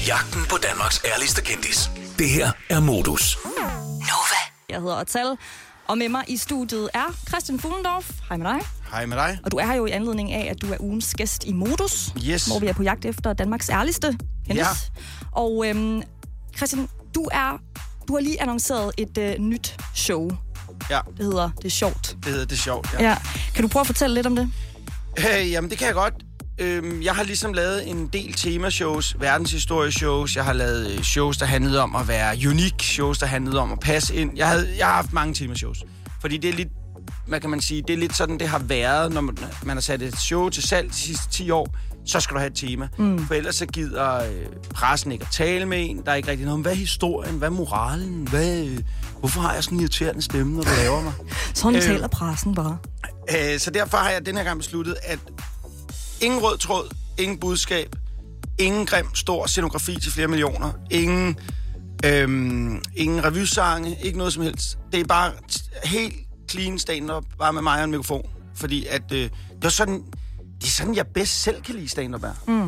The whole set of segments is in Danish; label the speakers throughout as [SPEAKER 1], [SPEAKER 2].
[SPEAKER 1] Jagten på Danmarks ærligste kendis. Det her er Modus.
[SPEAKER 2] Nova. Jeg hedder Otal, og med mig i studiet er Christian Fuglendorf. Hej med dig.
[SPEAKER 3] Hej med dig.
[SPEAKER 2] Og du er her jo i anledning af, at du er ugens gæst i Modus.
[SPEAKER 3] Yes.
[SPEAKER 2] Hvor vi er på jagt efter Danmarks ærligste kendis.
[SPEAKER 3] Ja.
[SPEAKER 2] Og Christian, du har lige annonceret et nyt show.
[SPEAKER 3] Ja.
[SPEAKER 2] Det hedder Det er sjovt.
[SPEAKER 3] Det er sjovt, ja.
[SPEAKER 2] Ja. Kan du prøve at fortælle lidt om det?
[SPEAKER 3] Jamen, det kan jeg godt. Jeg har ligesom lavet en del temashows, verdenshistorie-shows. Jeg har lavet shows, der handlede om at være unik, shows, der handlede om at passe ind. Jeg har haft mange temashows. Fordi det er lidt, hvad kan man sige, det er lidt sådan, det har været, når man har sat et show til salg de sidste 10 år, så skal du have et tema. For ellers så gider pressen ikke at tale med en. Der er ikke rigtig noget om, hvad er historien, hvad er moralen, hvorfor har jeg sådan en irriterende stemme, når du laver mig?
[SPEAKER 2] Sådan taler pressen bare.
[SPEAKER 3] Så derfor har jeg den her gang besluttet, at ingen rød tråd, ingen budskab, ingen grim, stor scenografi til flere millioner, ingen revysange, ikke noget som helst. Det er bare helt clean stand-up, bare med mig og en mikrofon. Fordi at, det er sådan, jeg bedst selv kan lide stand-up er.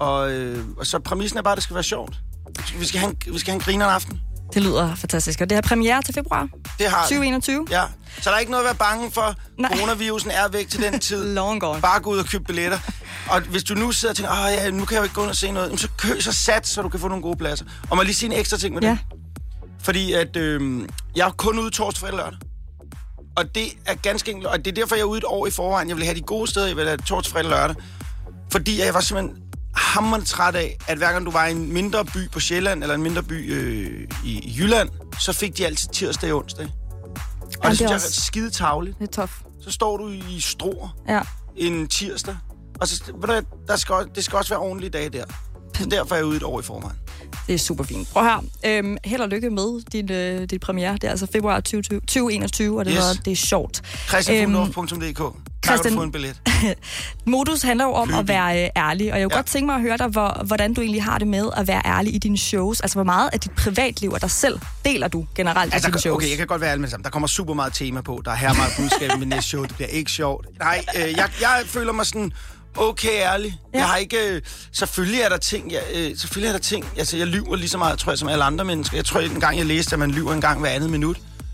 [SPEAKER 3] Og så præmissen er bare, at det skal være sjovt. Vi skal have en grineren aften.
[SPEAKER 2] Det lyder fantastisk. Og det har premiere til februar
[SPEAKER 3] det har
[SPEAKER 2] 2021.
[SPEAKER 3] Ja. Så der er ikke noget at være bange for. Nej. Coronavirusen er væk til den tid.
[SPEAKER 2] Long gone.
[SPEAKER 3] Bare gå ud og købe billetter. Og hvis du nu sidder og tænker, nu kan jeg jo ikke gå ind og se noget, så sat, så du kan få nogle gode pladser. Og må lige sige en ekstra ting med det. Fordi at jeg er kun ude torsdag, fredag, lørdag. Og det er ganske enkelt. Og det er derfor, jeg er ude et år i forvejen. Jeg vil have de gode steder. Jeg vil have torsdag, fredag, lørdag. Fordi jeg var simpelthen hammerende træt af, at hver gang du var i en mindre by på Sjælland, eller en mindre by i Jylland, så fik de altid tirsdag og onsdag. Og det synes jeg er skide tarveligt.
[SPEAKER 2] Det er tough.
[SPEAKER 3] Så står du i Struer en tirsdag, og så, det skal også være ordentlige dage der. Så derfor er jeg ude et år i forvejen.
[SPEAKER 2] Det er super fint. Prøv her. Held og lykke med dit premiere. Det er altså februar 2021, og det er sjovt.
[SPEAKER 3] christianfuglendorf.dk. Christian, kan du få en billet?
[SPEAKER 2] Modus handler jo om at være ærlig, og jeg kunne godt tænke mig at høre dig, hvordan du egentlig har det med at være ærlig i dine shows. Altså, hvor meget af dit privatliv og dig selv deler du generelt i dine shows?
[SPEAKER 3] Okay, jeg kan godt være ærlig med det samme. Der kommer super meget tema på. Der er her meget budskab med næste show. Det bliver ikke sjovt. Nej, jeg føler mig sådan okay ærlig. Ja. Jeg har ikke... Selvfølgelig er der ting... Altså, jeg lyver lige så meget, tror jeg, som alle andre mennesker. Jeg tror, en gang jeg læste, at man lyver en gang hver andet minut.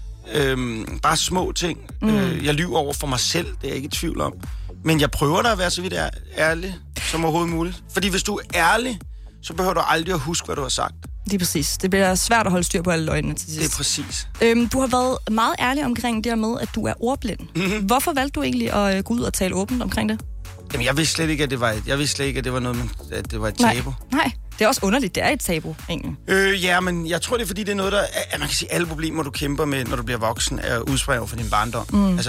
[SPEAKER 3] Bare små ting. Jeg lyver over for mig selv, det er jeg ikke i tvivl om. Men jeg prøver da at være så vidt ærlig som overhovedet muligt. Fordi hvis du er ærlig, så behøver du aldrig at huske, hvad du har sagt.
[SPEAKER 2] Det er præcis. Det bliver svært at holde styr på alle løgnene til sidst.
[SPEAKER 3] Det er præcis.
[SPEAKER 2] Du har været meget ærlig omkring det her med, at du er ordblind. Hvorfor valgte du egentlig at gå ud og tale åbent omkring det?
[SPEAKER 3] Jamen, jeg vidste slet ikke, at det var noget, at det var et tabu.
[SPEAKER 2] Nej. Det er også underligt, det er et tabu, egentlig.
[SPEAKER 3] Ja, men jeg tror, det er fordi, det er noget, at man kan sige, alle problemer, du kæmper med, når du bliver voksen, er udspringer for din barndom. Altså,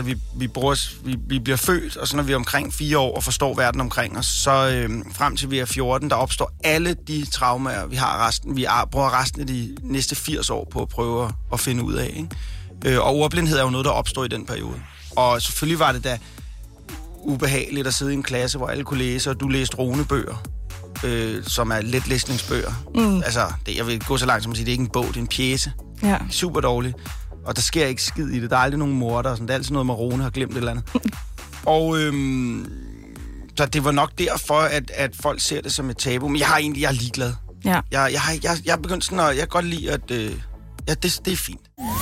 [SPEAKER 3] vi bliver født, og så når vi er omkring 4 år og forstår verden omkring os, så frem til vi er 14, der opstår alle de traumer, vi bruger resten af de næste 80 år på at prøve at finde ud af. Ikke? Og ordblindhed er jo noget, der opstår i den periode. Og selvfølgelig var det da ubehageligt at sidde i en klasse, hvor alle kunne læse, og du læste runebøger. Som er letlæsningsbøger. Altså, jeg vil gå så langt som at sige, det er ikke en bog, det er en pjece. Ja. Super dårligt. Og der sker ikke skid i det. Der er aldrig nogen morder. Det er altid noget, Rune har glemt et eller andet. Og så det var nok derfor, at folk ser det som et tabu. Men jeg er ligeglad. Ja. Jeg er begyndt sådan, og jeg kan godt lide, at det er fint.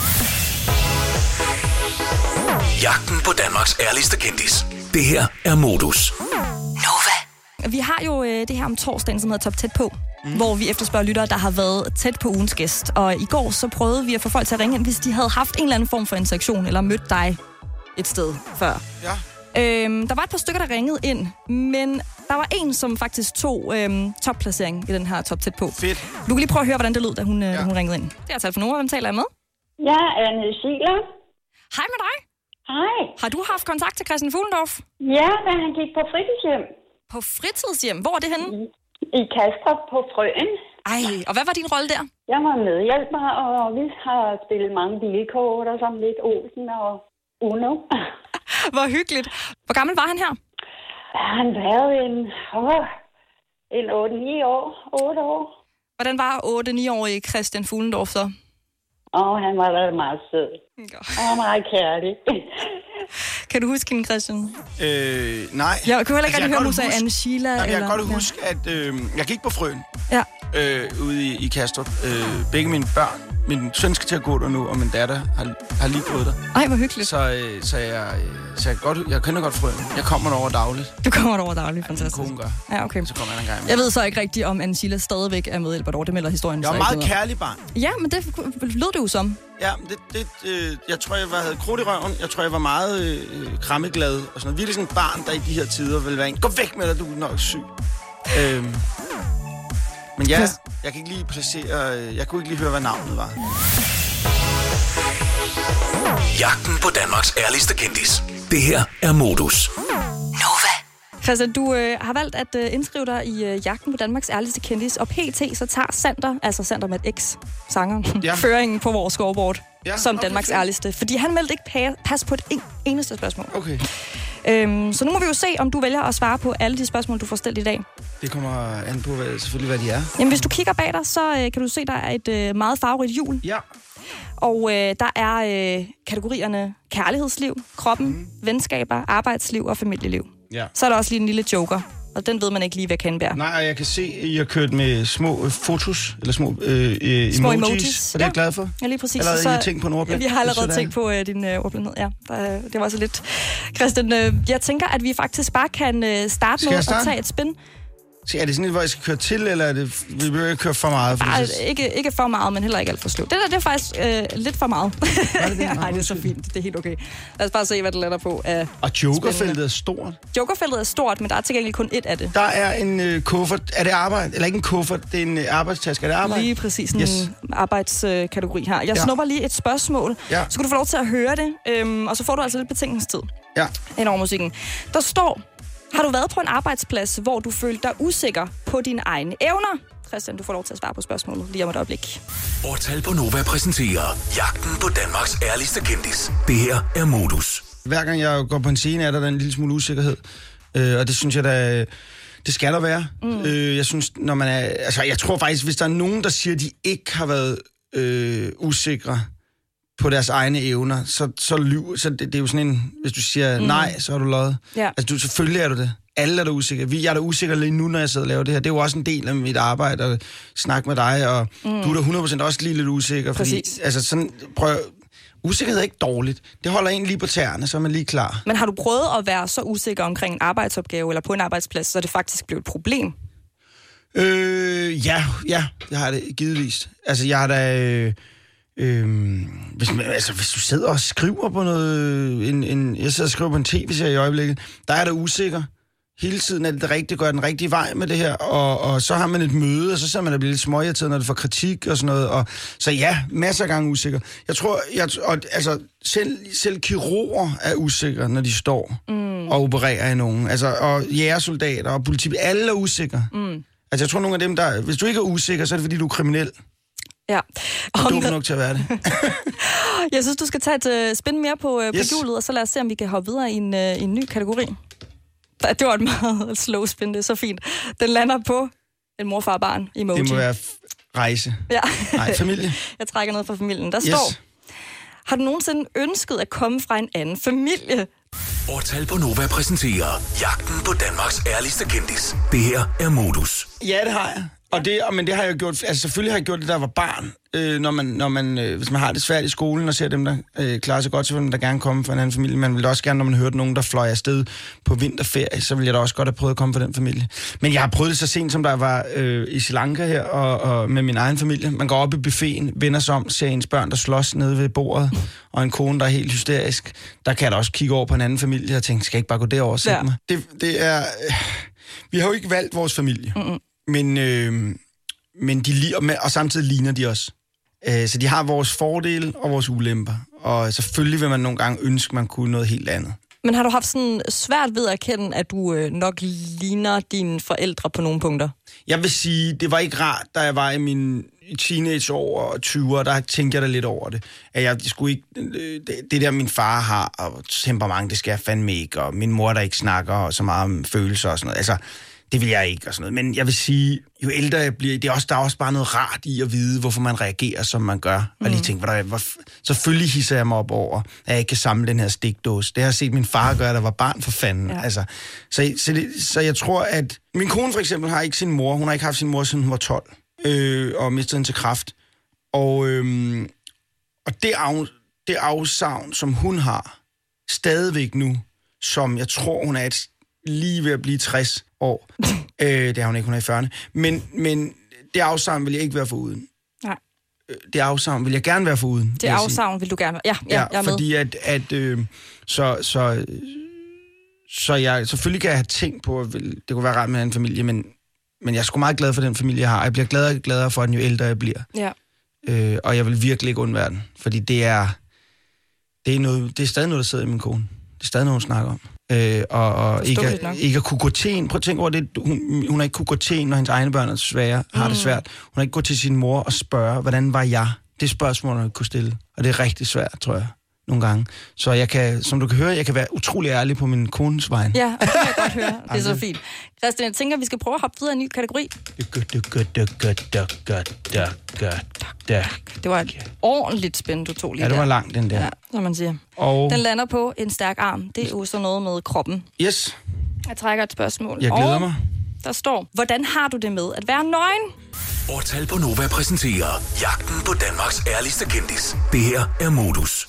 [SPEAKER 1] Jagten på Danmarks ærligste kendis. Det her er Modus.
[SPEAKER 2] Nova. Vi har jo det her om torsdagen, som hedder Top Tæt På, hvor vi efterspørger lyttere, der har været tæt på ugens gæst. Og i går så prøvede vi at få folk til at ringe ind, hvis de havde haft en eller anden form for interaktion, eller mødt dig et sted før. Ja. Der var et par stykker, der ringede ind, men der var en, som faktisk tog topplacering i den her Top Tæt På.
[SPEAKER 3] Fedt.
[SPEAKER 2] Du kan lige prøve at høre, hvordan det lød, da hun ringede ind. Det er telefonnummer, hvem taler jeg med?
[SPEAKER 4] Ja, Anne Sieler.
[SPEAKER 2] Hej med dig.
[SPEAKER 4] Hej.
[SPEAKER 2] Har du haft kontakt til Christian Fuglendorf?
[SPEAKER 4] Ja, da han gik på fritidshjem.
[SPEAKER 2] På fritidshjem? Hvor er det henne?
[SPEAKER 4] I Kastrup på Frøen.
[SPEAKER 2] Ej, og hvad var din rolle der?
[SPEAKER 4] Jeg var medhjælper, og vi har spillet mange bilkort og sådan lidt Olsen og Uno.
[SPEAKER 2] Hvor hyggeligt. Hvor gammel var han her?
[SPEAKER 4] Han var en 8-9 år. 8 år.
[SPEAKER 2] Hvordan var 8-9-årige Christian Fuglendorf så?
[SPEAKER 4] Han var da meget sød. Og meget kærlig.
[SPEAKER 2] Kan du huske hende, Christian?
[SPEAKER 3] Nej.
[SPEAKER 2] Jeg kan heller ikke rigtig høre, hun sagde Anne Sheila.
[SPEAKER 3] Jeg kan godt huske, at jeg gik på Frøen ude i Kastrup. Begge mine børn. Min søn skal til at gå der nu, og min datter har lige gået der.
[SPEAKER 2] Ej, hvor hyggeligt.
[SPEAKER 3] Så jeg kender godt Frøen. Jeg kommer derover dagligt.
[SPEAKER 2] Du kommer derover dagligt, fantastisk.
[SPEAKER 3] Konen gør.
[SPEAKER 2] Ja, okay.
[SPEAKER 3] Så kommer jeg en gang med.
[SPEAKER 2] Jeg ved så ikke rigtigt, om Anne Sheila stadigvæk er medhjælper derovre. Det melder historien.
[SPEAKER 3] Jeg var meget kærlig barn.
[SPEAKER 2] Ja, men det lød det jo som.
[SPEAKER 3] Ja, jeg tror, jeg havde krudt i røven. Jeg tror, jeg var meget krammeglad og sådan noget. Virkelig sådan et barn, der i de her tider ville være en. Gå væk med dig, du er nok syg. Men ja, jeg kan ikke lige placere... Jeg kunne ikke lige høre, hvad navnet var.
[SPEAKER 1] Jagten på Danmarks ærligste kendis. Det her er Modus.
[SPEAKER 2] Nova. Christian, du har valgt at indskrive dig i Jagten på Danmarks ærligste kendis, og PT så tager Sander, altså Sander med et X, sangeren, føringen på vores scoreboard, som Danmarks ærligste. Fordi han meldte ikke pas på et eneste spørgsmål.
[SPEAKER 3] Okay.
[SPEAKER 2] Så nu må vi jo se, om du vælger at svare på alle de spørgsmål, du får stillet i dag.
[SPEAKER 3] Det kommer an på, selvfølgelig, hvad de er.
[SPEAKER 2] Jamen, hvis du kigger bag dig, så kan du se, der er et meget farverigt hjul.
[SPEAKER 3] Ja.
[SPEAKER 2] Og der er kategorierne kærlighedsliv, kroppen, venskaber, arbejdsliv og familieliv.
[SPEAKER 3] Ja.
[SPEAKER 2] Så er der også lige en lille joker, og den ved man ikke lige, hvad kan være.
[SPEAKER 3] Nej, og jeg kan se, at I har kørt med små fotos, eller små emojis. Og det er jeg glad for.
[SPEAKER 2] Ja, lige præcis.
[SPEAKER 3] Eller har I tænkt på en ordblind?
[SPEAKER 2] Vi har allerede tænkt på din ordblindhed, ja. Det var så lidt. Christian, jeg tænker, at vi faktisk bare kan starte med at tage et spin.
[SPEAKER 3] Så er det sådan et, hvor jeg skal køre til, eller er det, vi behøver ikke køre for meget?
[SPEAKER 2] Ikke for meget, men heller ikke alt for sløvt. Det er faktisk lidt for meget. Nej, det er så fint. Det er helt okay. Lad os bare se, hvad det lander på.
[SPEAKER 3] Og jokerfeltet er stort.
[SPEAKER 2] Jokerfeltet er stort, men der er til gengæld kun ét af det.
[SPEAKER 3] Der er en kuffert. Er det arbejde? Eller ikke en kuffert, det er en arbejdstaske. Er det arbejde?
[SPEAKER 2] Lige præcis en arbejdskategori her. Jeg snupper lige et spørgsmål. Ja. Så kan du få lov til at høre det. Og så får du altså lidt betænkningstid.
[SPEAKER 3] Ja.
[SPEAKER 2] Ind over musikken. Der står... Har du været på en arbejdsplads, hvor du følte dig usikker på dine egne evner? Christian, du får lov til at svare på spørgsmålet lige om et øjeblik.
[SPEAKER 1] Årtal på Nova præsenterer Jagten på Danmarks ærligste kendis. Det her er Modus.
[SPEAKER 3] Hver gang jeg går på en scene, er der en lille smule usikkerhed. Og det synes jeg da... Det skal der være. Jeg synes, når man er... Altså, jeg tror faktisk, hvis der er nogen, der siger, at de ikke har været usikre på deres egne evner, så lyver... Så det er jo sådan en... Hvis du siger nej, så har du løjet. Ja. Altså, selvfølgelig er du det. Alle er der usikre. Jeg er da usikker lige nu, når jeg sidder og laver det her. Det er jo også en del af mit arbejde at snakke med dig, og du er da 100% også lige lidt usikker. Fordi, altså sådan... Usikkerhed er ikke dårligt. Det holder en lige på tæerne, så er man lige klar.
[SPEAKER 2] Men har du prøvet at være så usikker omkring en arbejdsopgave eller på en arbejdsplads, så det faktisk blev et problem?
[SPEAKER 3] Ja, det har det givetvis. Altså, jeg har da... Hvis du sidder og skriver på noget... Jeg sidder og skriver på en tv-serie i øjeblikket, der er der usikker. Hele tiden er det rigtigt, gør den rigtige vej med det her, og så har man et møde, og så ser man at blive lidt småirriteret, når det får kritik og sådan noget. Og, så ja, masser af gange usikker. Jeg tror, selv kirurger er usikre, når de står og opererer i nogen. Altså, og jægersoldater og politi, alle er usikre. Altså, jeg tror, nogle af dem, der... Hvis du ikke er usikker, så er det, fordi du er kriminel.
[SPEAKER 2] Ja.
[SPEAKER 3] Og du er nok til at være det.
[SPEAKER 2] Jeg synes, du skal tage et spin mere på hjulet, og så lad os se, om vi kan hoppe videre i en ny kategori. Det var et meget slow spin, det er så fint. Den lander på en mor, far, barn emoji.
[SPEAKER 3] Det må være rejse.
[SPEAKER 2] Ja.
[SPEAKER 3] Nej, familie.
[SPEAKER 2] Jeg trækker noget fra familien. Der står, har du nogensinde ønsket at komme fra en anden familie?
[SPEAKER 1] Årtal på Nova præsenterer Jagten på Danmarks ærligste kendis. Det her er Modus.
[SPEAKER 3] Ja, det har jeg. Men det har jeg gjort, altså selvfølgelig har jeg gjort det, da jeg var barn. Når man hvis man har det svært i skolen og ser dem, der klarer sig godt, så vil man da gerne komme fra en anden familie. Man vil også gerne, når man hørte nogen, der fløj afsted på vinterferie, så vil jeg da også godt have prøvet at komme fra den familie. Men jeg har prøvet det så sent, som der var i Sri Lanka her, og med min egen familie. Man går op i buffeten, vender sig om, ser ens børn, der slås nede ved bordet, og en kone, der er helt hysterisk. Der kan jeg da også kigge over på en anden familie og tænke, skal jeg ikke bare gå derover og sætte mig? Det er... Vi har jo ikke valgt vores familie. Men de liger, og samtidig ligner de også. Så de har vores fordele og vores ulemper. Og selvfølgelig vil man nogle gange ønske, man kunne noget helt andet.
[SPEAKER 2] Men har du haft sådan svært ved at erkende, at du nok ligner dine forældre på nogle punkter?
[SPEAKER 3] Jeg vil sige, det var ikke rart, da jeg var i min teenageår og 20'er, der tænkte jeg da lidt over det. At jeg skulle ikke... Det der, min far har, og temperament, det skal jeg fandme ikke, og min mor, der ikke snakker så meget om følelser og sådan noget. Altså, Det vil jeg ikke og sådan noget. Men jeg vil sige, jo ældre jeg bliver, der er også bare noget rart i at vide, hvorfor man reagerer, som man gør. Og lige tænke, selvfølgelig hisser jeg mig op over, at jeg ikke kan samle den her stikdåse. Det har jeg set min far gøre, der var barn for fanden. Ja. Altså, så jeg tror, at min kone for eksempel har ikke sin mor. Hun har ikke haft sin mor, siden hun var 12. Og mistet hende til kræft. Og det afsavn, som hun har, stadigvæk nu, som jeg tror, hun er lige ved at blive 60 år. Det er hun ikke, hun er i 40'erne. Men det afsavn vil jeg ikke være foruden. Nej. Det afsavn vil jeg gerne være foruden.
[SPEAKER 2] Det afsavn vil du gerne være. Ja, jeg er med.
[SPEAKER 3] Fordi så jeg selvfølgelig kan jeg have tænkt på, at det kunne være rart med en familie, men jeg er sgu meget glad for den familie, jeg har. Jeg bliver gladere og gladere for den, jo ældre jeg bliver. Ja. Og jeg vil virkelig ikke undvære den, fordi det er stadig noget, der sidder i min kone. Det er stadig noget, hun snakker om. Og ikke at kunne gå til en. Prøv at tænke over det. Hun har ikke kunne gå til en, når hendes egne børn har det svært. Hun har ikke gået til sin mor og spørge, hvordan var jeg? Det spørgsmål, hun ikke kunne stille. Og det er rigtig svært, tror jeg, nogle gange. Så jeg kan, som du kan høre, jeg kan være utrolig ærlig på min kones vejen. Ja,
[SPEAKER 2] og det kan jeg godt høre. Det er så fint. Christian, jeg tænker, vi skal prøve at hoppe videre i en ny kategori. Det var et ordentligt spænd, du tog lige der.
[SPEAKER 3] Ja, det var langt, den der.
[SPEAKER 2] Ja, som man siger. Og den lander på en stærk arm. Det er jo så noget med kroppen.
[SPEAKER 3] Yes.
[SPEAKER 2] Jeg trækker et spørgsmål.
[SPEAKER 3] Jeg glæder mig.
[SPEAKER 2] Der står, hvordan har du det med at være nøgen?
[SPEAKER 1] Årtal på Nova præsenterer Jagten på Danmarks ærligste kendis. Det her er Modus.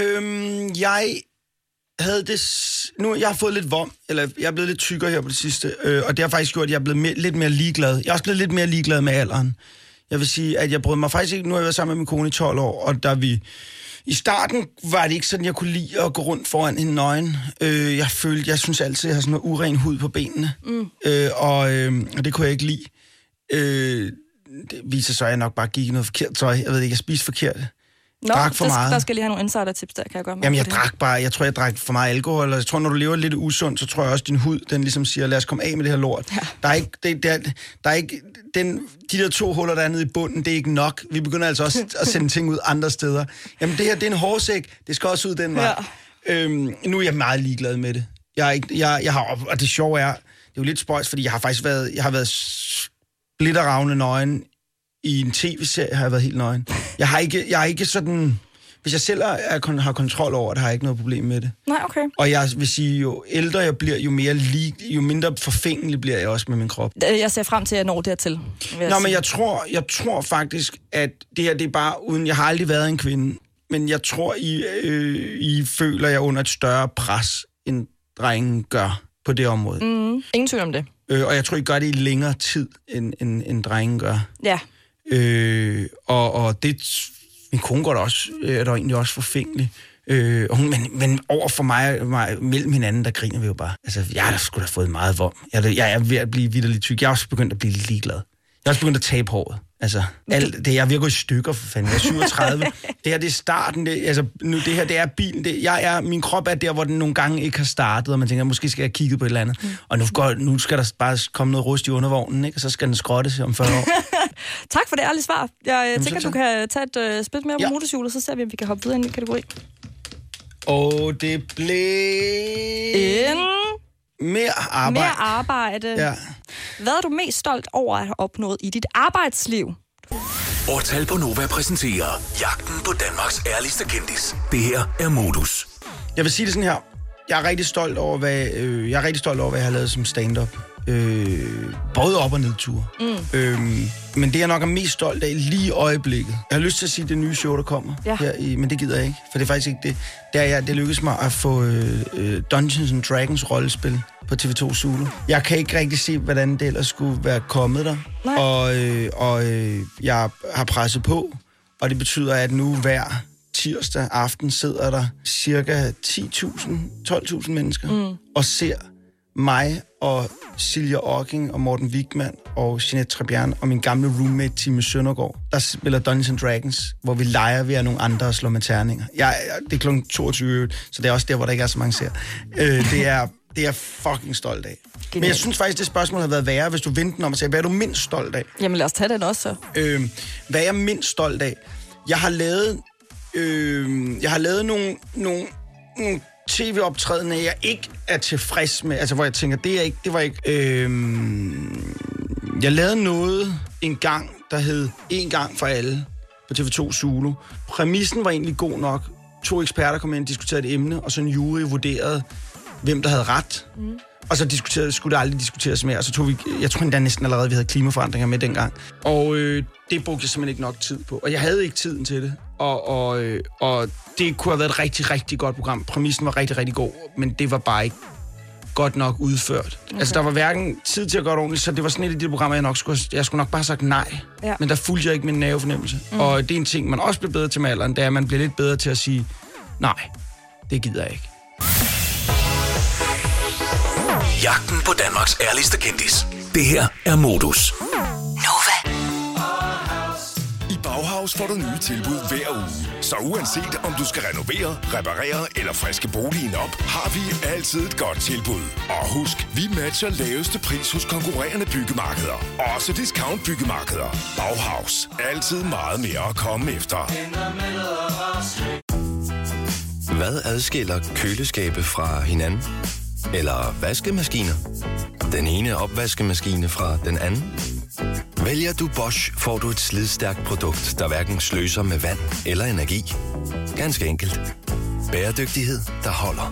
[SPEAKER 3] Jeg har fået lidt vom, eller jeg er blevet lidt tykkere her på det sidste, og det har faktisk gjort, at jeg er blevet lidt mere ligeglad. Jeg er også blevet lidt mere ligeglad med alderen. Jeg vil sige, at jeg brød mig faktisk ikke, nu har jeg været sammen med min kone i 12 år, og i starten var det ikke sådan, jeg kunne lide at gå rundt foran hende nøgen. Jeg synes altid, jeg har sådan noget uren hud på benene, og det kunne jeg ikke lide. Det viser så, at jeg nok bare gik i noget forkert tøj. Jeg ved ikke, jeg spiste forkert. Drak for meget.
[SPEAKER 2] Der skal lige have nogle insider-tips, der kan jeg godt med.
[SPEAKER 3] Jamen, jeg tror, jeg drak for meget alkohol, og jeg tror, når du lever lidt usundt, så tror jeg også, din hud, den ligesom siger, lad os komme af med det her lort. Ja. Der er ikke de der 2 huller, der er nede i bunden, det er ikke nok. Vi begynder altså også at sende ting ud andre steder. Jamen, det her, det er en hårsæk, det skal også ud den vej. Ja. Nu er jeg meget ligeglad med det. Og det sjove er, det er jo lidt spøjs, fordi jeg har været splitteravne nøgen. I en tv-serie har jeg været helt nøgen. Jeg har ikke sådan... Hvis jeg selv har kontrol over det, har jeg ikke noget problem med det.
[SPEAKER 2] Nej, okay.
[SPEAKER 3] Og jeg vil sige, jo ældre jeg bliver, jo mindre forfængelig bliver jeg også med min krop.
[SPEAKER 2] Jeg ser frem til, at jeg når dertil.
[SPEAKER 3] Men jeg tror faktisk, at det her, det er bare uden... Jeg har aldrig været en kvinde, men jeg tror, I føler jer under et større pres, end drengen gør på det område.
[SPEAKER 2] Ingen tvivl om det.
[SPEAKER 3] Og jeg tror, I gør det i længere tid, end drengen gør.
[SPEAKER 2] Ja.
[SPEAKER 3] Og det... Min kone går er der egentlig også forfængelig. Men over for mig, mellem hinanden, der griner vi jo bare. Altså, jeg har sgu da fået meget vom. Jeg er ved at blive vitterligt tyk. Jeg er også begyndt at blive lidt ligeglad. Jeg er også begyndt at tabe håret. Altså, jeg er ved at gå i stykker, for fanden. Jeg er 37. Det her, det er starten. Det her, det er bilen. Min krop er der, hvor den nogle gange ikke har startet, og man tænker, måske skal jeg kigge på et eller andet. Og nu skal der bare komme noget rust i undervognen, ikke? Og så skal den skrottes om 40 år.
[SPEAKER 2] Tak for det ærlige svar. Jeg tænker, du kan tage et spil mere på motorhjulet, så ser vi, om vi kan hoppe videre i en ny kategori.
[SPEAKER 3] Og det blev... Mere
[SPEAKER 2] arbejde. Ja. Hvad er du mest stolt over at have opnået i dit arbejdsliv?
[SPEAKER 1] Årtal på Nova præsenterer Jagten på Danmarks ærligste kendis. Det her er Modus.
[SPEAKER 3] Jeg vil sige det sådan her. Jeg er rigtig stolt over, hvad jeg har lavet som stand-up. Både op- og nedtur. Men det jeg nok er mest stolt af lige i øjeblikket. Jeg har lyst til at sige det nye show, der kommer. Ja. Men det gider jeg ikke, for det er faktisk ikke det. Det lykkedes mig at få Dungeons & Dragons rollespil på TV2 Zulu. Jeg kan ikke rigtig se, hvordan det ellers skulle være kommet der. Og jeg har presset på, og det betyder, at nu hver tirsdag aften sidder der cirka 12.000 mennesker og ser mig og Silja Ocking og Morten Wigman og Jeanette Trebjerg og min gamle roommate Time Søndergaard, der spiller Dungeons & Dragons, hvor vi leger ved at nogle andre og slår med terninger. Det er kl. 22, så det er også der, hvor der ikke er så mange ser. Det er jeg fucking stolt af. Genial. Men jeg synes faktisk, det spørgsmål har været værre, hvis du vendte den om og sagde, hvad er du mindst stolt af?
[SPEAKER 2] Jamen lad os tage den også så.
[SPEAKER 3] Hvad er jeg mindst stolt af? Jeg har lavet nogle tv-optræden, jeg ikke er tilfreds med. Altså, hvor jeg tænker, det var ikke... Jeg lavede noget en gang, der hed En gang for alle på TV2 Zulu. Præmissen var egentlig god nok. 2 eksperter kom ind og diskuterede et emne, og så en jury vurderede, hvem der havde ret. Og så skulle det aldrig diskuteres mere. Og så tog vi, jeg tror endda næsten allerede, vi havde klimaforandringer med dengang. Og det brugte jeg simpelthen ikke nok tid på. Og jeg havde ikke tiden til det. Og det kunne have været et rigtig, rigtig godt program. Præmissen var rigtig, rigtig god, men det var bare ikke godt nok udført. Okay. Altså, der var hverken tid til at gøre det ordentligt, så det var sådan et af de programmer, jeg skulle nok bare have sagt nej. Ja. Men der fulgte jeg ikke min nervefornemmelse. Og det er en ting, man også bliver bedre til med alderen, det er, at man bliver lidt bedre til at sige, nej, det gider jeg ikke.
[SPEAKER 1] Jagten på Danmarks ærligste kendis. Det her er Modus.
[SPEAKER 5] Nova.
[SPEAKER 6] I Bauhaus får du nye tilbud hver uge. Så uanset om du skal renovere, reparere eller friske boligen op, har vi altid et godt tilbud. Og husk, vi matcher laveste pris hos konkurrerende byggemarkeder. Også discount byggemarkeder. Bauhaus. Altid meget mere at komme efter.
[SPEAKER 7] Hvad adskiller køleskabe fra hinanden? Eller vaskemaskiner? Den ene opvaskemaskine fra den anden? Vælger du Bosch, får du et slidstærkt produkt, der hverken sløser med vand eller energi. Ganske enkelt. Bæredygtighed, der holder.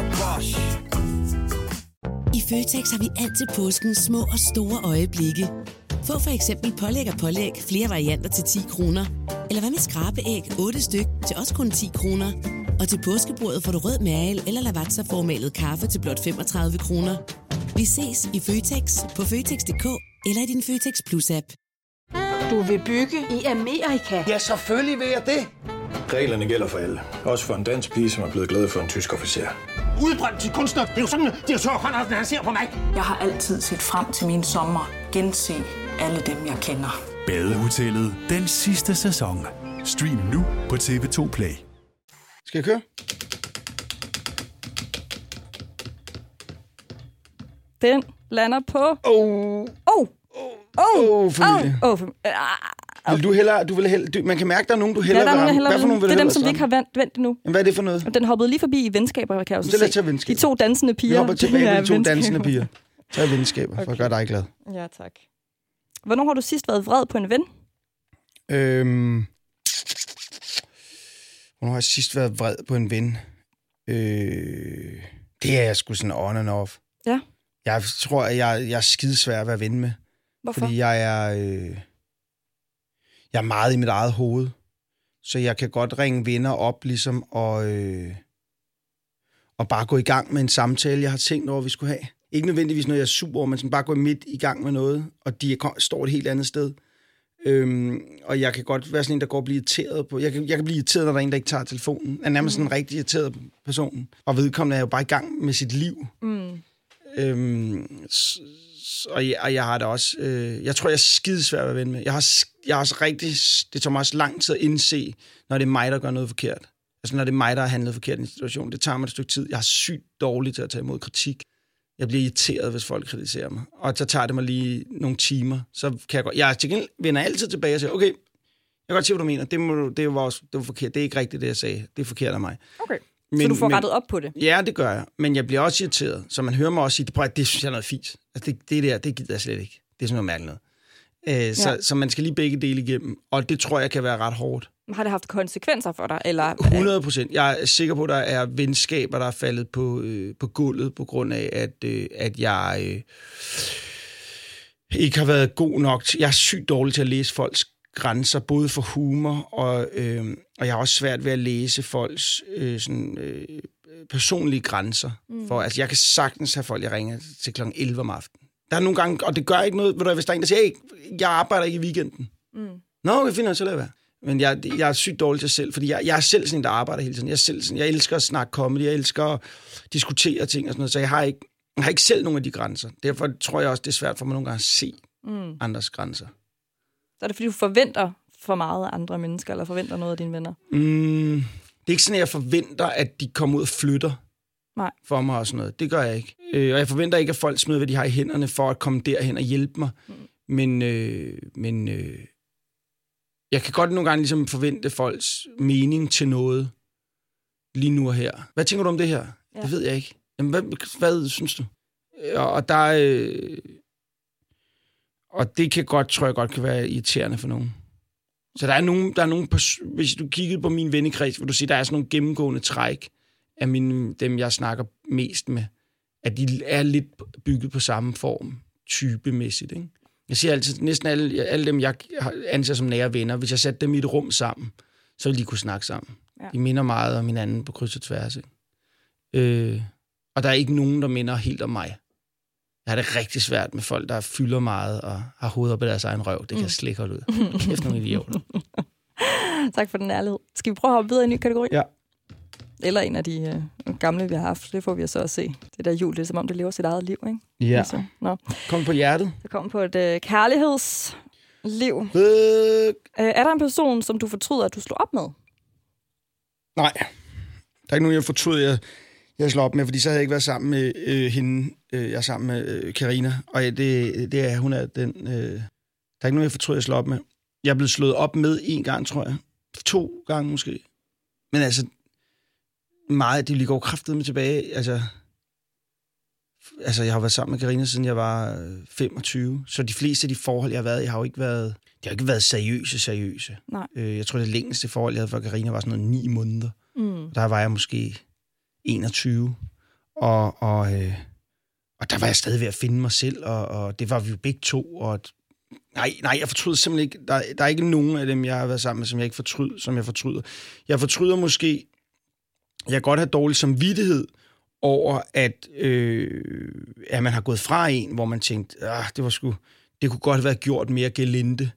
[SPEAKER 8] I Føtex har vi altid påskens små og store øjeblikke. Få for eksempel pålæg og pålæg flere varianter til 10 kroner. Eller hvad med skrabeæg 8 styk til også kun 10 kroner. Og til påskebordet får du rød mal eller Lavazza-formalet kaffe til blot 35 kroner. Vi ses i Føtex på Føtex.dk eller i din Føtex Plus-app.
[SPEAKER 5] Du vil bygge i Amerika?
[SPEAKER 9] Ja, selvfølgelig vil jeg det.
[SPEAKER 10] Reglerne gælder for alle. Også for en dansk pige, som er blevet glad for en tysk officer.
[SPEAKER 9] Udbrændt til kunstner. Det er jo sådan, at direktør Conradsen, han ser på mig.
[SPEAKER 11] Jeg har altid set frem til min sommer. Gense alle dem, jeg kender.
[SPEAKER 12] Badehotellet den sidste sæson. Stream nu på TV2 Play.
[SPEAKER 3] Skal jeg køre?
[SPEAKER 2] Den lander på...
[SPEAKER 3] familie. Vil du hellere... Man kan mærke, der er nogen, du hellere vil ramme. Hvad for nogen vil
[SPEAKER 2] det er dem,
[SPEAKER 3] som
[SPEAKER 2] vi ikke har vendt endnu.
[SPEAKER 3] Hvad er det for noget?
[SPEAKER 2] Den hoppede lige forbi i venskaber, kan jeg også se. De 2 dansende piger.
[SPEAKER 3] Vi hopper tilbage på de 2 dansende piger. Tag venskaber, for at gøre dig glad.
[SPEAKER 2] Ja, tak. Hvornår har du sidst været vred på en ven?
[SPEAKER 3] Hvornår har jeg sidst været vred på en ven? Det er jeg sgu sådan on and off.
[SPEAKER 2] Ja.
[SPEAKER 3] Jeg tror, at jeg er skidesvær at være ven med.
[SPEAKER 2] Hvorfor?
[SPEAKER 3] Fordi jeg er meget i mit eget hoved. Så jeg kan godt ringe venner op, ligesom, og bare gå i gang med en samtale, jeg har tænkt over, vi skulle have. Ikke nødvendigvis noget, jeg er super over, men sådan bare gå midt i gang med noget, og de står et helt andet sted. Og jeg kan godt være sådan en, der går og blive irriteret på. Jeg kan blive irriteret, når der er en, der ikke tager telefonen. Jeg er nærmest sådan en rigtig irriteret person. Og vedkommende er jo bare i gang med sit liv. Og jeg har det også... jeg tror, jeg er skidesvær at være ven med. Jeg har også rigtig... Det tager mig også lang tid at indse, når det er mig, der gør noget forkert. Altså, når det er mig, der har handlet forkert i en situation. Det tager mig et stykke tid. Jeg er sygt dårlig til at tage imod kritik. Jeg bliver irriteret, hvis folk kritiserer mig. Og så tager det mig lige nogle timer. Så kan jeg godt... Jeg vender altid tilbage og siger, okay, jeg kan godt se, hvad du mener. Det var forkert. Det er ikke rigtigt, det jeg sagde. Det er forkert af mig.
[SPEAKER 2] Okay. Så du får rettet op på det?
[SPEAKER 3] Ja, det gør jeg. Men jeg bliver også irriteret. Så man hører mig også sige, det synes jeg er noget fis. Altså, det gider jeg slet ikke. Det er sådan noget mærkeligt noget. Så man skal lige begge dele igennem. Og det tror jeg kan være ret hårdt.
[SPEAKER 2] Har det haft konsekvenser for dig? Eller?
[SPEAKER 3] 100%. Jeg er sikker på, at der er venskaber, der er faldet på gulvet, på grund af, at jeg ikke har været god nok. Jeg er sygt dårlig til at læse folks grænser, både for humor, og jeg har også svært ved at læse folks personlige grænser. For, altså, jeg kan sagtens have folk, jeg ringer til kl. 11 om aftenen. Der er nogle gange, og det gør ikke noget, hvis der er en, der siger, hey, jeg arbejder ikke i weekenden. Nå, vi finder så lad være. Men jeg er sygt dårlig til selv, fordi jeg er selv sådan en, der arbejder hele tiden. Jeg elsker at snakke comedy, jeg elsker at diskutere ting og sådan noget, så jeg har ikke selv nogen af de grænser. Derfor tror jeg også, det er svært for mig nogle gange at se andres grænser.
[SPEAKER 2] Så er det, fordi du forventer for meget af andre mennesker, eller forventer noget af dine venner?
[SPEAKER 3] Det er ikke sådan, at jeg forventer, at de kommer ud og flytter for mig og sådan noget. Det gør jeg ikke. Og jeg forventer ikke, at folk smider, hvad de har i hænderne, for at komme derhen og hjælpe mig. Men jeg kan godt nogle gange ligesom forvente folks mening til noget lige nu og her. Hvad tænker du om det her? Ja. Det ved jeg ikke. Jamen, hvad synes du? Og der... og det tror jeg godt kan være irriterende for nogen. Så der er nogen hvis du kiggede på min vennekreds, vil du sige, der er sådan nogle gennemgående træk af dem, jeg snakker mest med, at de er lidt bygget på samme form, typemæssigt, ikke? Jeg siger altid, næsten alle dem, jeg anser som nære venner, hvis jeg satte dem i et rum sammen, så ville de kunne snakke sammen. Ja. De minder meget om hinanden på kryds og tværs, ikke? Og der er ikke nogen, der minder helt om mig. Jeg har det rigtig svært med folk, der fylder meget og har hovedet på deres egen røv. Det kan jeg slet ikke holde ud. Kæft nogle idioter.
[SPEAKER 2] Tak for den ærlighed. Skal vi prøve at hoppe videre i en ny kategori?
[SPEAKER 3] Ja.
[SPEAKER 2] Eller en af de gamle, vi har haft. Det får vi så at se. Det der jul, det er som om, det lever sit eget liv, ikke?
[SPEAKER 3] Ja. Altså, kom på hjertet.
[SPEAKER 2] Så kom på et kærlighedsliv. Er der en person, som du fortryder, at du slog op med?
[SPEAKER 3] Nej. Der er ikke nogen, jeg fortryder, jeg slår op med, fordi så havde jeg ikke været sammen med hende. Jeg er sammen med Karina, og det er, hun er den... der er ikke nogen, jeg fortryder, jeg slår op med. Jeg er blevet slået op med 1 gang, tror jeg. 2 gange måske. Men altså, meget, det lige går kraftedeme tilbage. Altså, jeg har været sammen med Karina, siden jeg var 25. Så de fleste af de forhold, jeg har været, de har jo ikke været seriøse. Nej. Jeg tror, det længste forhold, jeg havde for Karina, var sådan noget 9 måneder. Der var jeg måske 21. Og der var jeg stadig ved at finde mig selv, og det var vi jo begge to. Og nej, jeg fortryder simpelthen ikke. Der er ikke nogen af dem, jeg har været sammen med, som jeg fortryder. Jeg fortryder måske, jeg kan godt have dårlig samvittighed over, at man har gået fra en, hvor man tænkte, det kunne godt have været gjort mere gelinde.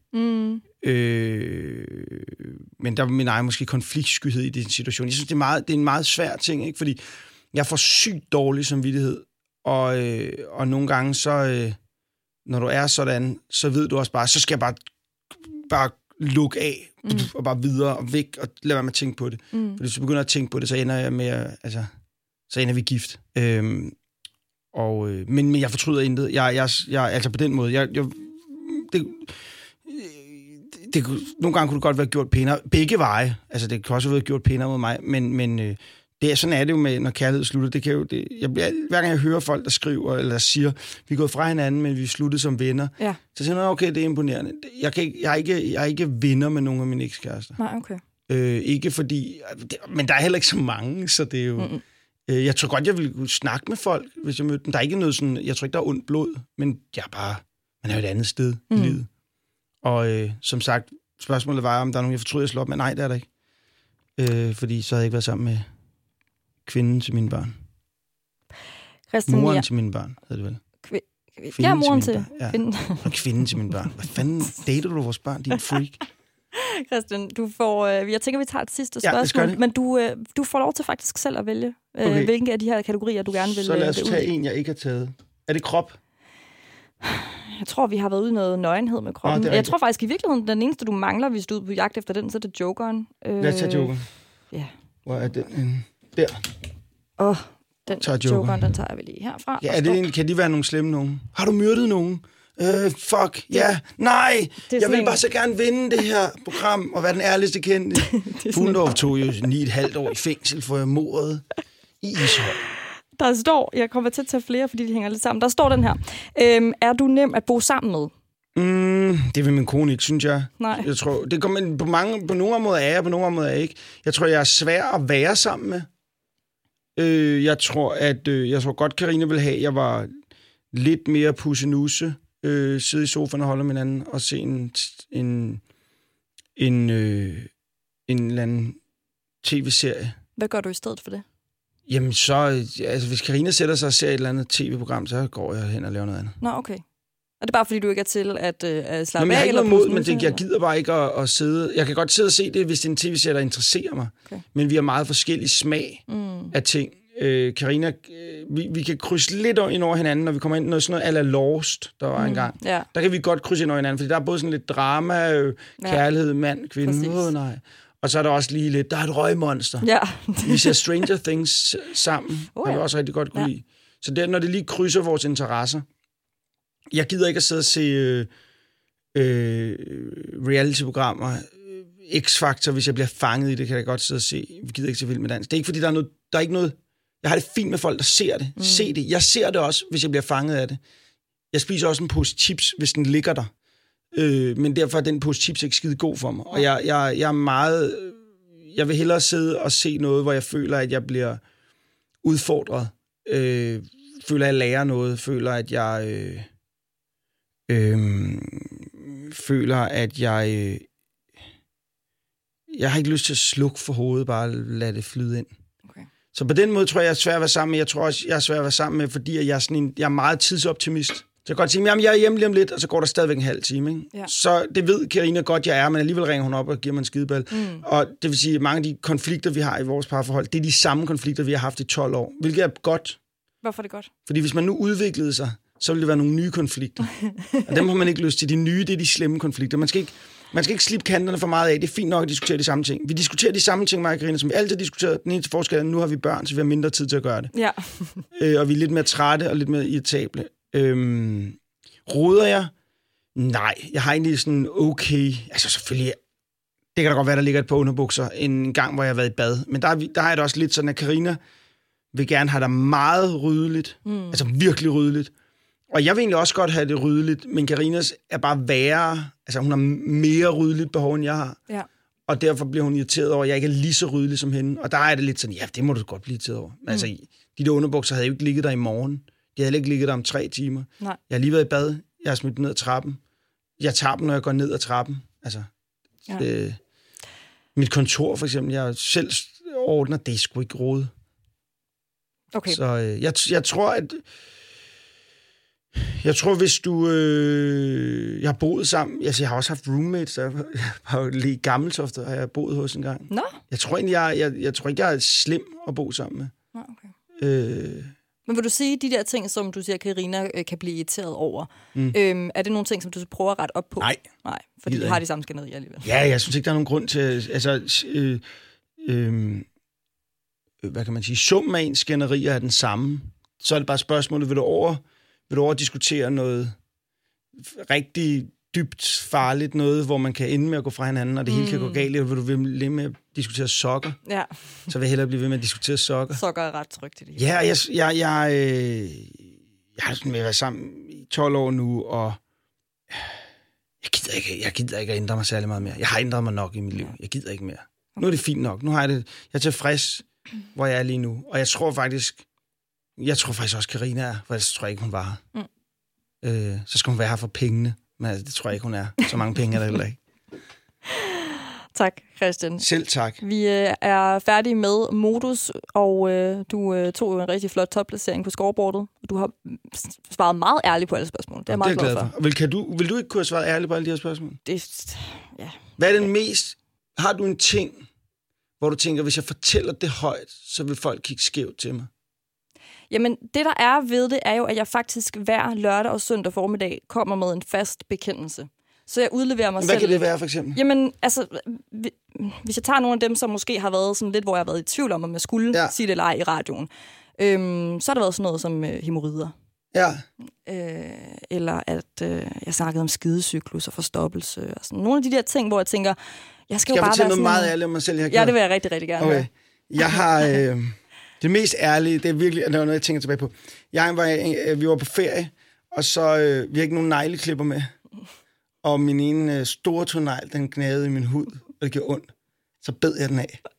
[SPEAKER 3] Men der var min egen måske konfliktskyhed i den situation. Jeg synes, det er en meget svær ting, ikke? Fordi jeg får sygt dårlig samvittighed, og nogle gange så, når du er sådan, så ved du også bare, så skal jeg bare lukke af, og bare videre og væk, og lade være med at tænke på det. Fordi hvis du begynder at tænke på det, så ender jeg med, så ender vi gift. Men jeg fortryder intet. Jeg altså på den måde, nogle gange kunne det godt være gjort pænere. Begge veje. Altså, det kan også have været gjort pænere mod mig, men sådan er det jo med, når kærlighed slutter. Hver gang jeg hører folk, der skriver, eller der siger, vi er gået fra hinanden, men vi er sluttet som venner, så siger jeg, okay, det er imponerende. Jeg er ikke venner med nogen af mine ekskærester.
[SPEAKER 2] Nej, okay.
[SPEAKER 3] Ikke fordi... Men der er heller ikke så mange, så det er jo... Jeg tror godt, jeg ville kunne snakke med folk, hvis jeg mødte dem. Der er ikke noget sådan... Jeg tror ikke, der er ondt blod, men man er jo et andet sted i livet. Og som sagt, spørgsmålet var, om der er nogen, jeg fortryder, jeg slår op med. Nej, det er der ikke. Fordi så havde jeg ikke været sammen med kvinden til mine børn. Moren til mine børn, hedder det vel?
[SPEAKER 2] Moren til
[SPEAKER 3] kvinden. Og kvinden til mine børn. Hvad fanden dater du vores børn? Din freak.
[SPEAKER 2] Christian, du får... jeg tænker, vi tager et sidste spørgsmål, men du får lov til faktisk selv at vælge, hvilke af de her kategorier, du gerne vil...
[SPEAKER 3] Så lad os tage en, jeg ikke har taget. Er det krop?
[SPEAKER 2] Jeg tror, vi har været ude i noget nøgenhed med kroppen. Jeg tror faktisk i virkeligheden, den eneste, du mangler, hvis du er på jagt efter den, så er det Jokeren.
[SPEAKER 3] Lad os tage Jokeren.
[SPEAKER 2] Ja.
[SPEAKER 3] Hvor er den? Der.
[SPEAKER 2] Den Jokeren, den tager jeg vel lige herfra.
[SPEAKER 3] Ja, kan de være nogle slemme nogen? Har du myrdet nogen? Fuck, ja, nej, jeg vil bare så gerne vinde det her program, og være den ærligste kendte. Fuglendorf tog jo 9,5 år i fængsel for mordet i Ishøj.
[SPEAKER 2] Der står, jeg kommer til at tage flere, fordi de hænger lidt sammen. Der står den her. Er du nem at bo sammen med?
[SPEAKER 3] Det vil min kone ikke, synes jeg.
[SPEAKER 2] Nej.
[SPEAKER 3] Jeg tror, det kommer på nogle måder er jeg, på nogle måder er jeg ikke. Jeg tror, jeg er svær at være sammen med. Jeg tror godt, Karina ville have, jeg var lidt mere pussenusse, sidde i sofaen og holde med hinanden og se en eller anden tv-serie.
[SPEAKER 2] Hvad gør du i stedet for det?
[SPEAKER 3] Jamen så, hvis Karina sætter sig og ser et eller andet tv-program, så går jeg hen og laver noget andet.
[SPEAKER 2] Nå, okay. Er det bare, fordi du ikke er til at slappe af?
[SPEAKER 3] Jeg har ikke noget mod, men jeg gider bare ikke at sidde... Jeg kan godt sidde og se det, hvis det er en tv-serie, der interesserer mig. Okay. Men vi har meget forskellige smag af ting. Karina, vi kan krydse lidt ind over hinanden, når vi kommer ind noget sådan noget a la Lost, der var engang. Ja. Der kan vi godt krydse ind over hinanden, fordi der er både sådan lidt drama, kærlighed, mand, kvinde. Nej. Og så er der også lige lidt, der er et røgmonster. Ja. Vi ser Stranger Things sammen, der vil også rigtig godt kunne lide. Så det, når det lige krydser vores interesser. Jeg gider ikke at sidde og se reality-programmer. X-Factor, hvis jeg bliver fanget i det, kan jeg godt sidde og se. Vi gider ikke se Vild med Dans. Det er ikke, fordi der er ikke noget Jeg har det fint med folk, der ser det. Se det. Jeg ser det også, hvis jeg bliver fanget af det. Jeg spiser også en pose chips, hvis den ligger der. Men derfor er den pose chips ikke skide god for mig. Og jeg er meget... Jeg vil hellere sidde og se noget, hvor jeg føler, at jeg bliver udfordret. Føler, at jeg lærer noget. Føler, at jeg... føler, at jeg... Jeg har ikke lyst til at slukke for hovedet, bare lade det flyde ind. Okay. Så på den måde tror jeg er svært at være sammen med. Jeg tror også, jeg er svært at være sammen med, fordi jeg er meget tidsoptimist. Så jeg kan godt sige, at jeg er hjemme lige om lidt, og så går der stadigvæk en halv time. Ikke? Ja. Så det ved Karina godt, jeg er, men alligevel ringer hun op og giver mig en skideball. Og det vil sige, at mange af de konflikter, vi har i vores parforhold, det er de samme konflikter, vi har haft i 12 år. Hvilket er godt.
[SPEAKER 2] Hvorfor er det godt?
[SPEAKER 3] Fordi hvis man nu udviklede sig, så ville det være nogle nye konflikter. Og dem har man ikke lyst til. De nye, det er de slemme konflikter. Man skal ikke slippe kanterne for meget af. Det er fint nok at diskutere de samme ting. Vi diskuterer de samme ting, mig og Karina, som vi altid har diskuteret. Den eneste forskel er, nu har vi børn, så vi har mindre tid til at gøre det. Ja. Og vi er lidt mere trætte og lidt mere irritable. Roder jeg? Nej, jeg har egentlig sådan okay... Altså selvfølgelig... Det kan da godt være, der ligger et par underbukser en gang, hvor jeg har været i bad. Men der har jeg da også lidt sådan, at Karina vil gerne have det meget ryddeligt. Altså virkelig ryddeligt. Og jeg vil egentlig også godt have det ryddeligt, men Karinas er bare værre. Altså hun har mere ryddeligt behov, end jeg har. Ja. Og derfor bliver hun irriteret over, at jeg ikke er lige så ryddelig som hende. Og der er det lidt sådan, ja, det må du godt blive irriteret over. Men altså, de der underbukser havde jo ikke ligget der i morgen. De havde ikke ligget der om 3 timer. Nej. Jeg har lige været i bad. Jeg har smidt ned ad trappen. Jeg tager dem, når jeg går ned ad trappen. Altså, mit kontor for eksempel, jeg selv ordner, det er sgu ikke råd. Okay. Så jeg tror, at... Jeg tror, hvis du... jeg har boet sammen... Altså, jeg har også haft roommates. Jeg har jo lige Gammeltoft, har jeg boet hos en gang. Nå? Jeg tror egentlig, jeg tror ikke, jeg er slem at bo sammen med. Nå, okay.
[SPEAKER 2] Men vil du sige, de der ting, som du siger, Karina kan blive irriteret over, er det nogle ting, som du prøver at rette op på?
[SPEAKER 3] Nej.
[SPEAKER 2] Nej, fordi de har de samme skænderier alligevel.
[SPEAKER 3] Ja, jeg synes ikke, der er nogen grund til... Altså, hvad kan man sige? Summen af ens skænderier er den samme. Så er det bare spørgsmålet, vil du over diskutere noget rigtig dybt farligt, noget, hvor man kan ende med at gå fra hinanden, og det hele kan gå galt, eller vil du blive med at diskutere sokker? Ja. Så vil jeg hellere blive ved med at diskutere sokker.
[SPEAKER 2] Sokker er ret trygt i det.
[SPEAKER 3] Ja, jeg har sådan været sammen i 12 år nu, og jeg gider ikke at ændre mig særlig meget mere. Jeg har ændret mig nok i mit liv. Jeg gider ikke mere. Nu er det fint nok. Nu har jeg det. Jeg er tilfreds, hvor jeg er lige nu. Og jeg tror faktisk også, Karina er, for ellers tror jeg ikke, hun var her. Så skal hun være her for pengene. Men altså, det tror jeg ikke, hun er. Så mange penge er der heller ikke.
[SPEAKER 2] Tak, Christian.
[SPEAKER 3] Selv tak.
[SPEAKER 2] Vi er færdige med Modus, og du tog jo en rigtig flot topplacering på scoreboardet. Du har svaret meget ærligt på alle spørgsmål. Det er jeg meget glad
[SPEAKER 3] for. Vil du ikke kunne have svaret ærligt på alle de her spørgsmål? Hvad er den mest... Har du en ting, hvor du tænker, hvis jeg fortæller det højt, så vil folk kigge skævt til mig?
[SPEAKER 2] Jamen, det der er ved det, er jo, at jeg faktisk hver lørdag og søndag formiddag kommer med en fast bekendelse. Så jeg udleverer mig selv.
[SPEAKER 3] Hvad kan det være, for eksempel?
[SPEAKER 2] Jamen, altså, hvis jeg tager nogle af dem, som måske har været sådan lidt, hvor jeg har været i tvivl om jeg skulle sige det eller ej i radioen, så har der været sådan noget som hæmorrider. Ja. Eller at jeg snakkede om skidecyklus og forstoppelse og sådan. Nogle af de der ting, hvor jeg tænker, jeg skal jo bare være sådan...
[SPEAKER 3] noget meget ærligt om mig selv, jeg har gjort?
[SPEAKER 2] Ja, det vil jeg rigtig, rigtig gerne.
[SPEAKER 3] Okay. Jeg har... det mest ærlige, det er virkelig... Det er noget, jeg tænker tilbage på. Vi var på ferie, og så... vi har ikke nogen negleklipper med. Og min ene store tånegl, den gnagede i min hud, og det gjorde ondt. Så bed jeg den af.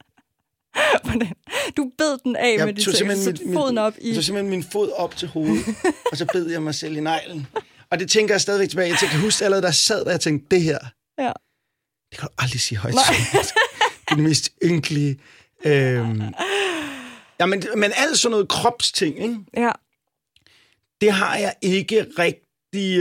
[SPEAKER 2] Du bed den af med foden op i...
[SPEAKER 3] Jeg tog simpelthen min fod op til hovedet, og så bed jeg mig selv i neglen. Og det tænker jeg stadigvæk tilbage. Jeg kan huske allerede, der sad der, jeg tænkte, det her, det kan du aldrig sige højt. Det er det mest ynkelige. Ja, men alt sådan noget kropsting, ikke? Ja. Det har jeg ikke rigtig...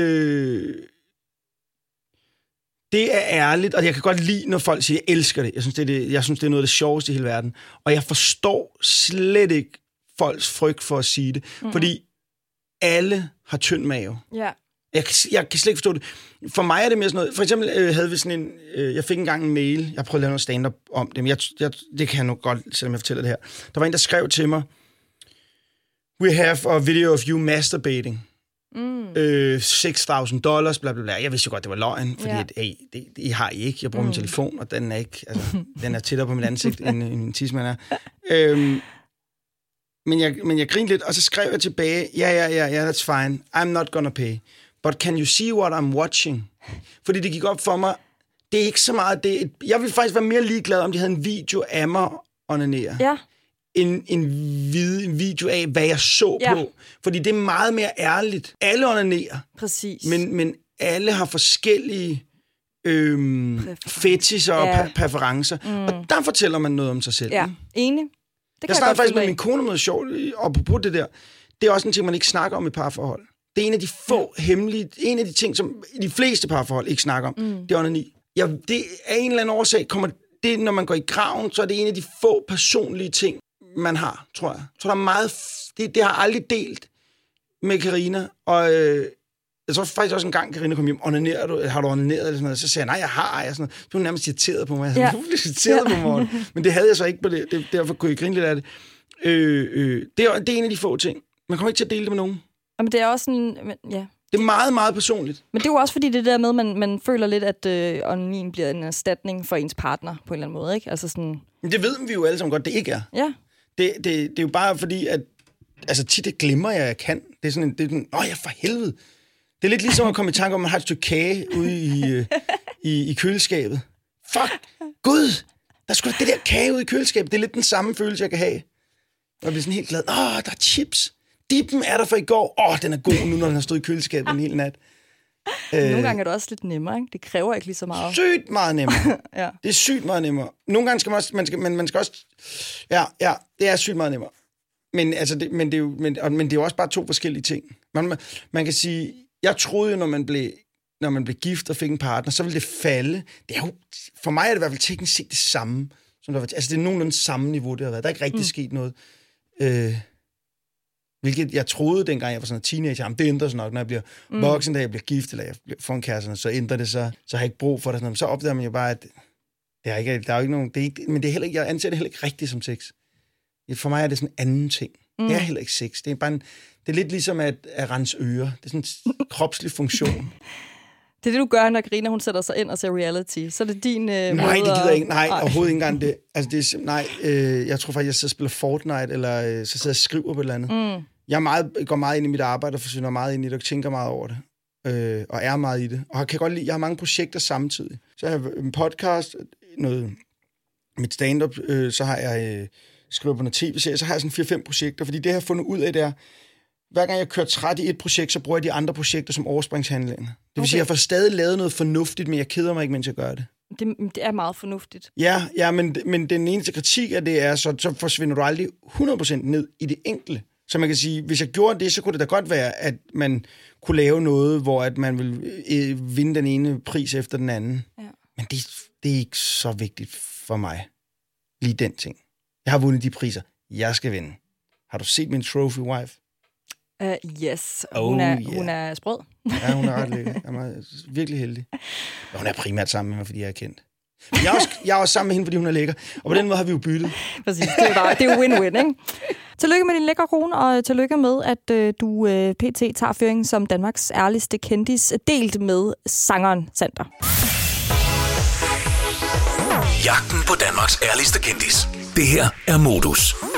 [SPEAKER 3] Det er ærligt, og jeg kan godt lide, når folk siger, jeg elsker det. Jeg synes, det er noget af det sjoveste i hele verden. Og jeg forstår slet ikke folks frygt for at sige det. Fordi alle har tynd mave. Ja. Jeg kan slet ikke forstå det. For mig er det mere sådan noget... For eksempel havde vi sådan en... jeg fik engang en mail. Jeg prøvede at lave noget stand-up om det, men det kan jeg nu godt, selvom jeg fortæller det her. Der var en, der skrev til mig, "We have a video of you masturbating. $6,000, bla bla bla." Jeg vidste jo godt, det var løgn, fordi det har I ikke. Jeg bruger min telefon, og den er ikke... Altså, den er tættere på mit ansigt, end min tidsmand er. Men jeg grinede lidt, og så skrev jeg tilbage, ja, that's fine, I'm not gonna pay. But can you see what I'm watching? Fordi det gik op for mig, det er ikke så meget det. Jeg ville faktisk være mere ligeglad, om de havde en video af mig onanere.
[SPEAKER 2] Ja.
[SPEAKER 3] En video af, hvad jeg så på. Fordi det er meget mere ærligt. Alle onanerer.
[SPEAKER 2] Præcis.
[SPEAKER 3] Men alle har forskellige fetisher og præferencer. Og der fortæller man noget om sig selv.
[SPEAKER 2] Ja, enig.
[SPEAKER 3] Jeg snakker faktisk med min kone om noget sjovt, og på det der. Det er også en ting, man ikke snakker om i parforhold. Det er en af de få hemmelige, en af de ting, som de fleste parforhold ikke snakker om. Det er onani. Det er en eller anden årsag, det, når man går i graven, så er det en af de få personlige ting, man har, tror jeg. Så der er meget, det har jeg aldrig delt med Carina, og jeg tror faktisk også en gang, Carina kom hjem, har du onaneret eller sådan noget? Så sagde jeg, nej, jeg har, sådan noget. Så blev hun nærmest irriteret på mig. Jeg blev irriteret på mig. Men det havde jeg så ikke på det. Derfor kunne jeg grine lidt af det. Det er en af de få ting. Man kommer ikke til at dele det med nogen.
[SPEAKER 2] Men det er også sådan, ja.
[SPEAKER 3] Det er meget, meget personligt.
[SPEAKER 2] Men det er jo også fordi det der med, man føler lidt, at onanien bliver en erstatning for ens partner på en eller anden måde, ikke? Altså sådan.
[SPEAKER 3] Men det ved vi jo alle sammen godt, det ikke er.
[SPEAKER 2] Ja.
[SPEAKER 3] Det er jo bare fordi, at altså tit det glemmer jeg kan. Det er sådan, for helvede. Det er lidt ligesom at komme i tanke om, at man har et stykke kage ude i køleskabet. Fuck, Gud, der skulle det der kage ude i køleskabet. Det er lidt den samme følelse, jeg kan have. Jeg bliver sådan helt glad. Der er chips. Dippen er der for i går. Den er god nu, når den har stået i køleskabet en hel nat.
[SPEAKER 2] Nogle gange er det også lidt nemmere, ikke? Det kræver ikke lige så meget.
[SPEAKER 3] Sygt meget nemmere.
[SPEAKER 2] Ja.
[SPEAKER 3] Det er sygt meget nemmere. Nogle gange skal man skal også. Ja, det er sygt meget nemmere. Men det er jo også bare to forskellige ting. Man kan sige, jeg troede jo, når man blev gift og fik en partner, så ville det falde. Det er jo, for mig er det i hvert fald teknisk set det samme, som der var. Altså det er nogenlunde samme niveau, det har været. Der er ikke rigtig sket noget. Hvilket jeg troede, dengang jeg var sådan en teenager, det ændrer sig nok, når jeg bliver voksen, da jeg bliver gift, eller jeg får en kæreste, så ændrer det sig, så har jeg ikke brug for det. Så opdager man jo bare, at der er jo ikke nogen, men det er heller ikke, jeg anser det heller ikke rigtigt som sex. For mig er det sådan en anden ting. Det er heller ikke sex. Det er bare det er lidt ligesom at rense ører. Det er sådan en kropslig funktion.
[SPEAKER 2] Det er det, du gør, når Carina, hun sætter sig ind og ser reality. Så er det din
[SPEAKER 3] Nej, det gider jeg ikke. Nej, overhovedet ikke engang det. Altså, jeg tror faktisk, jeg sidder og spiller Fortnite, eller så sidder jeg og skriver på et eller andet. Jeg går meget ind i mit arbejde, og forsøger meget ind i det, og tænker meget over det. Og er meget i det. Og jeg har mange projekter samtidig. Så jeg har en podcast, mit stand-up, så har jeg skriver på noget tv-serie, så har jeg sådan 4-5 projekter, fordi det, jeg har fundet ud af, det er, hver gang jeg kører træt i et projekt, så bruger jeg de andre projekter som overspringshandlinger. Det vil sige, at jeg får stadig lavet noget fornuftigt, men jeg keder mig ikke, mens jeg gør det.
[SPEAKER 2] Det er meget fornuftigt.
[SPEAKER 3] Ja, men den eneste kritik af det er, så forsvinder du aldrig 100% ned i det enkelte. Så man kan sige, hvis jeg gjorde det, så kunne det da godt være, at man kunne lave noget, hvor at man vil vinde den ene pris efter den anden. Ja. Men det er ikke så vigtigt for mig. Lige den ting. Jeg har vundet de priser. Jeg skal vinde. Har du set min trophy wife?
[SPEAKER 2] Yes. Hun er sprød.
[SPEAKER 3] Ja, hun er ret lækker. Jeg er virkelig heldig. Og hun er primært sammen med mig, fordi jeg er kendt. Men jeg er også sammen med hende, fordi hun er lækker. Og på den måde har vi jo byttet.
[SPEAKER 2] Præcis. Det er jo win-win, ikke? Tillykke med din lækre kone, og tillykke med, at du pt. Tager føringen som Danmarks ærligste kendis, delt med sangeren Sander.
[SPEAKER 1] Jagten på Danmarks ærligste kendis. Det her er Modus.